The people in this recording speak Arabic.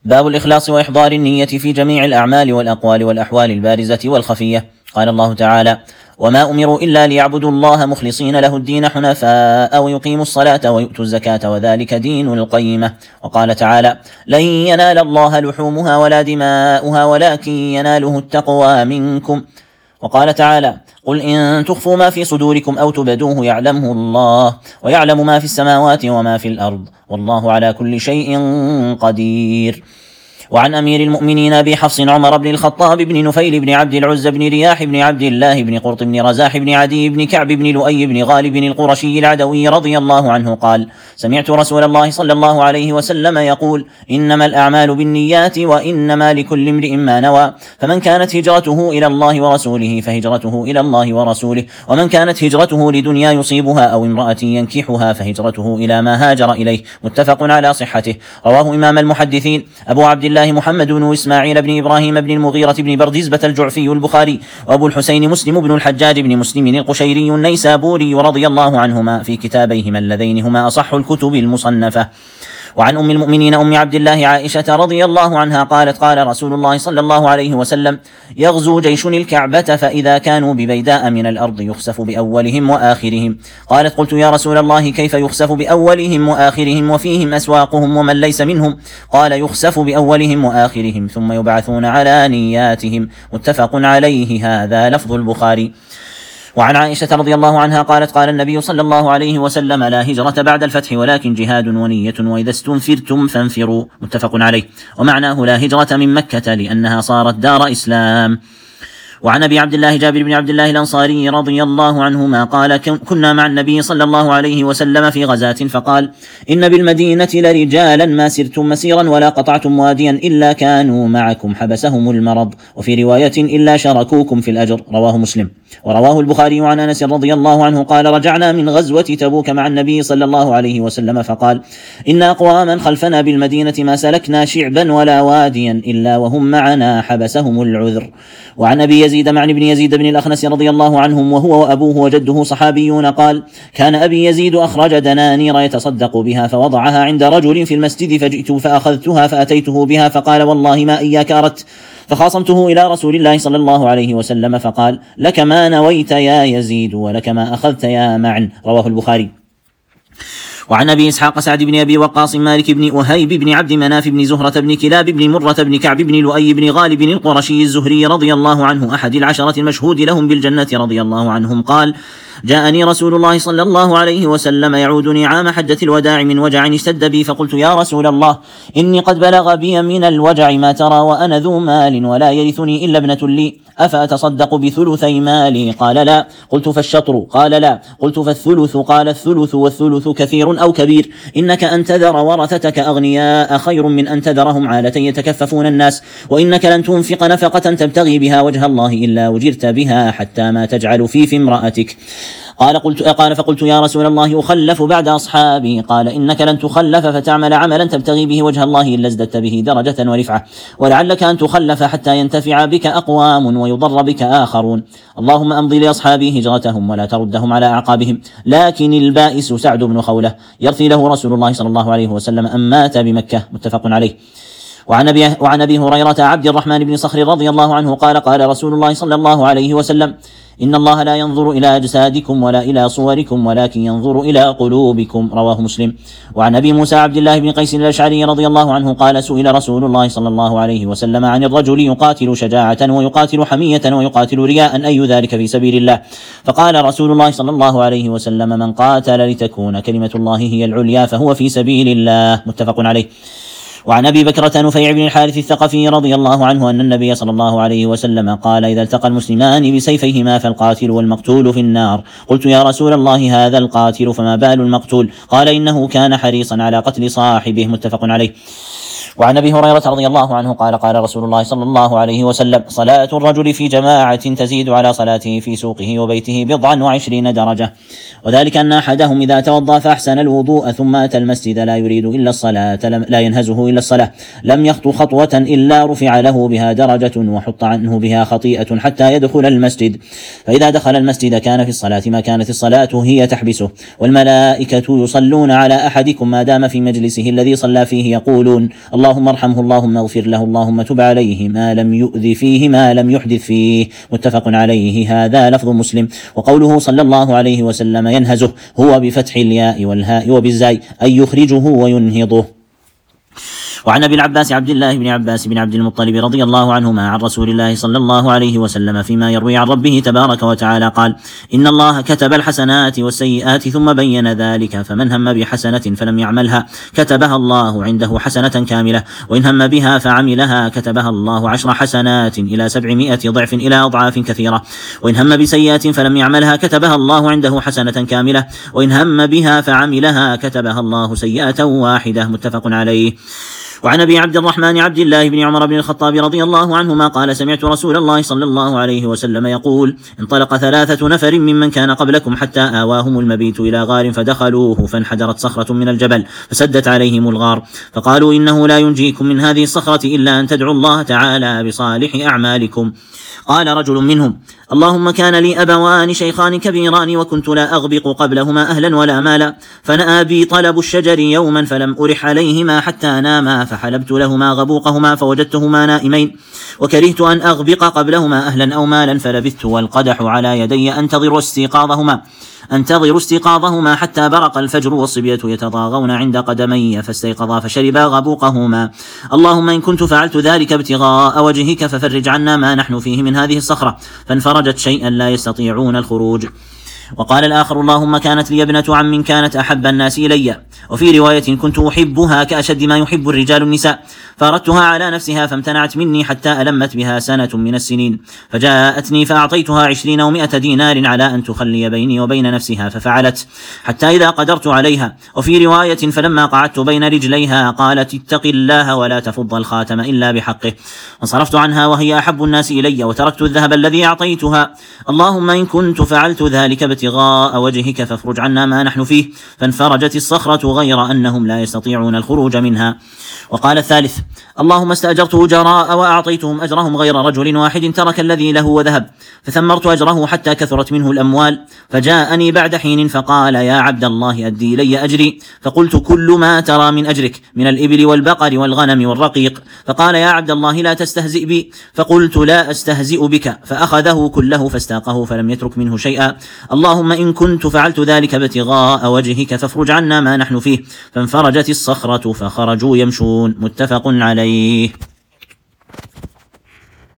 باب الإخلاص وإحضار النية في جميع الأعمال والأقوال والأحوال البارزة والخفية. قال الله تعالى: وما أمروا إلا ليعبدوا الله مخلصين له الدين حنفاء ويقيموا الصلاة ويؤتوا الزكاة وذلك دين القيمة. وقال تعالى: لن ينال الله لحومها ولا دماؤها ولكن يناله التقوى منكم. وقال تعالى: قل إن تخفوا ما في صدوركم أو تبدوه يعلمه الله ويعلم ما في السماوات وما في الأرض والله على كل شيء قدير. وعن أمير المؤمنين أبي حفص عمر بن الخطاب بن نفيل بن عبد العزى بن رياح بن عبد الله بن قرط بن رزاح بن عدي بن كعب بن لؤي بن غالب القرشي العدوي رضي الله عنه قال: سمعت رسول الله صلى الله عليه وسلم يقول: إنما الأعمال بالنيات وإنما لكل امرئ ما نوى، فمن كانت هجرته إلى الله ورسوله فهجرته إلى الله ورسوله، ومن كانت هجرته لدنيا يصيبها أو امرأة ينكحها فهجرته إلى ما هاجر إليه. متفق على صحته. رواه إمام المحدثين أبو عبد الله محمد بن إسماعيل بن إبراهيم بن المغيرة بن بردزبة الجعفي البخاري، وأبو الحسين مسلم بن الحجاج بن مسلم القشيري النيسابوري رضي الله عنهما في كتابيهما اللذين هما أصح الكتب المصنفة. وعن أم المؤمنين أم عبد الله عائشة رضي الله عنها قالت: قال رسول الله صلى الله عليه وسلم: يغزو جيش الكعبة فإذا كانوا ببيداء من الأرض يخسف بأولهم وآخرهم. قالت: قلت يا رسول الله كيف يخسف بأولهم وآخرهم وفيهم أسواقهم ومن ليس منهم؟ قال: يخسف بأولهم وآخرهم ثم يبعثون على نياتهم. متفق عليه. هذا لفظ البخاري. وعن عائشة رضي الله عنها قالت: قال النبي صلى الله عليه وسلم: لا هجرة بعد الفتح ولكن جهاد ونية وإذا استنفرتم فانفروا. متفق عليه. ومعناه لا هجرة من مكة لأنها صارت دار إسلام. وعن أبي عبد الله جابر بن عبد الله الأنصاري رضي الله عنهما قال: كنا مع النبي صلى الله عليه وسلم في غزاة فقال: إن بالمدينة لرجالا ما سرتم مسيرا ولا قطعتم واديا إلا كانوا معكم حبسهم المرض، وفي رواية إلا شاركوكم في الأجر. رواه مسلم. ورواه البخاري عن أنس رضي الله عنه قال: رجعنا من غزوة تبوك مع النبي صلى الله عليه وسلم فقال: إن أقواما خلفنا بالمدينة ما سلكنا شعبا ولا واديا إلا وهم معنا حبسهم العذر. وعن أبي يزيد معن بن يزيد بن الأخنس رضي الله عنهم وهو وأبوه وجده صحابيون قال: كان أبي يزيد أخرج دنانير يتصدق بها فوضعها عند رجل في المسجد فجئت فأخذتها فأتيته بها فقال: والله ما إياك أردت، فخاصمته إلى رسول الله صلى الله عليه وسلم فقال: لك ما نويت يا يزيد ولك ما أخذت يا معن. رواه البخاري. وعن أبي إسحاق سعد بن أبي وقاص مالك بن وهيب بن عبد مناف بن زهرة بن كلاب بن مرة بن كعب بن لؤي بن غالب القرشي الزهري رضي الله عنه أحد العشرة المشهود لهم بالجنة رضي الله عنهم قال: جاءني رسول الله صلى الله عليه وسلم يعودني عام حجة الوداع من وجع اشتد بي، فقلت: يا رسول الله إني قد بلغ بي من الوجع ما ترى وأنا ذو مال ولا يرثني إلا ابنة لي، أفأتصدق بثلثي مالي؟ قال: لا. قلت: فالشطر؟ قال: لا. قلت: فالثلث؟ قال: الثلث والثلث كثير أو كبير، إنك أن تذر ورثتك أغنياء خير من أن تذرهم عالة يتكففون الناس، وإنك لن تنفق نفقة تبتغي بها وجه الله إلا أجرت بها حتى ما تجعل في امرأتك. قال: فقلت: يا رسول الله أخلف بعد أصحابي؟ قال: إنك لن تخلف فتعمل عملا تبتغي به وجه الله إلا ازددت به درجة ورفعة، ولعلك أن تخلف حتى ينتفع بك أقوام ويضر بك آخرون. اللهم أمضي لأصحابي هجرتهم ولا تردهم على أعقابهم. لكن البائس سعد بن خولة يرثي له رسول الله صلى الله عليه وسلم أن مات بمكة. متفق عليه. وعن أبي هريرة عبد الرحمن بن صخر رضي الله عنه قال: قال رسول الله صلى الله عليه وسلم: إن الله لا ينظر إلى أجسادكم ولا إلى صوركم ولكن ينظر إلى قلوبكم. رواه مسلم. وعن أبي موسى عبد الله بن قيس الأشعري رضي الله عنه قال: سئل رسول الله صلى الله عليه وسلم عن الرجل يقاتل شجاعة ويقاتل حمية ويقاتل رياء أي ذلك في سبيل الله؟ فقال رسول الله صلى الله عليه وسلم: من قاتل لتكون كلمة الله هي العليا فهو في سبيل الله. متفق عليه. وعن أبي بكرة نفيع بن الحارث الثقفي رضي الله عنه أن النبي صلى الله عليه وسلم قال: إذا التقى المسلمان بسيفيهما فالقاتل والمقتول في النار. قلت: يا رسول الله هذا القاتل فما بال المقتول؟ قال: إنه كان حريصا على قتل صاحبه. متفق عليه. وعن أبي هريرة رضي الله عنه قال: قال رسول الله صلى الله عليه وسلم: صلاة الرجل في جماعة تزيد على صلاته في سوقه وبيته 27 درجة، وذلك أن أحدهم إذا توضأ فأحسن الوضوء ثم أتى المسجد لا يريد إلا الصلاة لا ينهزه إلا الصلاة لم يخطو خطوة إلا رفع له بها درجة وحط عنه بها خطيئة حتى يدخل المسجد، فإذا دخل المسجد كان في الصلاة ما كانت الصلاة هي تحبسه، والملائكة يصلون على أحدكم ما دام في مجلسه الذي صلى فيه يقولون: اللهم ارحمه، اللهم اغفر له، اللهم تب عليه، ما لم يؤذ فيه، ما لم يحدث فيه. متفق عليه. هذا لفظ مسلم. وقوله صلى الله عليه وسلم ينهزه هو بفتح الياء والهاء وبالزاي، أي يخرجه وينهضه. وعن ابي العباس عبد الله بن عباس بن عبد المطلب رضي الله عنهما عن رسول الله صلى الله عليه وسلم فيما يروي عن ربه تبارك وتعالى قال: إن الله كتب الحسنات والسيئات ثم بين ذلك، فمن هم بحسنة فلم يعملها كتبها الله عنده حسنة كاملة، وإن هم بها فعملها كتبها الله 10 حسنات إلى 700 ضعف إلى أضعاف كثيرة، وإن هم بسيئة فلم يعملها كتبها الله عنده حسنة كاملة، وإن هم بها فعملها كتبها الله سيئة واحدة. متفق عليه. وعن ابي عبد الرحمن عبد الله بن عمر بن الخطاب رضي الله عنهما قال: سمعت رسول الله صلى الله عليه وسلم يقول: انطلق 3 نفر ممن كان قبلكم حتى آواهم المبيت إلى غار فدخلوه، فانحدرت صخرة من الجبل فسدت عليهم الغار، فقالوا: إنه لا ينجيكم من هذه الصخرة إلا أن تدعوا الله تعالى بصالح أعمالكم. قال رجل منهم: اللهم كان لي أبوان شيخان كبيران، وكنت لا أغبق قبلهما أهلا ولا مالا، فنأى بي طلب الشجر يوما فلم أرح عليهما حتى ناما، فحلبت لهما غبوقهما فوجدتهما نائمين، وكرهت أن أغبق قبلهما أهلا أو مالا، فلبثت والقدح على يدي أنتظر استيقاظهما حتى برق الفجر، والصبية يتضاغون عند قدمي، فاستيقظا فشربا غبوقهما. اللهم إن كنت فعلت ذلك ابتغاء وجهك ففرج عنا ما نحن فيه من هذه الصخرة، فانفرجت شيئا لا يستطيعون الخروج. وقال الآخر: اللهم كانت لي ابنة عم كانت أحب الناس إلي، وفي رواية كنت أحبها كأشد ما يحب الرجال النساء، فأردتها على نفسها فامتنعت مني حتى ألمت بها سنة من السنين، فجاءتني فأعطيتها 20 و100 دينار على أن تخلي بيني وبين نفسها، ففعلت حتى إذا قدرت عليها. وفي رواية فلما قعدت بين رجليها قالت: اتق الله ولا تفض الخاتم إلا بحقه، وانصرفت عنها وهي أحب الناس إلي، وتركت الذهب الذي أعطيتها. اللهم إن كنت فعلت ذلك ابتغاء وجهك فافرج عنا ما نحن فيه، فانفرجت الصخرة غير أنهم لا يستطيعون الخروج منها. وقال الثالث: اللهم استأجرت أجراء وأعطيتهم أجرهم غير رجل واحد ترك الذي له وذهب، فثمرت أجره حتى كثرت منه الأموال، فجاءني بعد حين فقال: يا عبد الله أدي إلي أجري، فقلت: كل ما ترى من أجرك من الإبل والبقر والغنم والرقيق. فقال: يا عبد الله لا تستهزئ بي، فقلت: لا أستهزئ بك، فأخذه كله فاستاقه فلم يترك منه شيئا. اللهم إن كنت فعلت ذلك ابتغاء وجهك فافرج عنا ما نحن فيه، فانفرجت الصخرة فخرجوا يمشون. متفق عليه.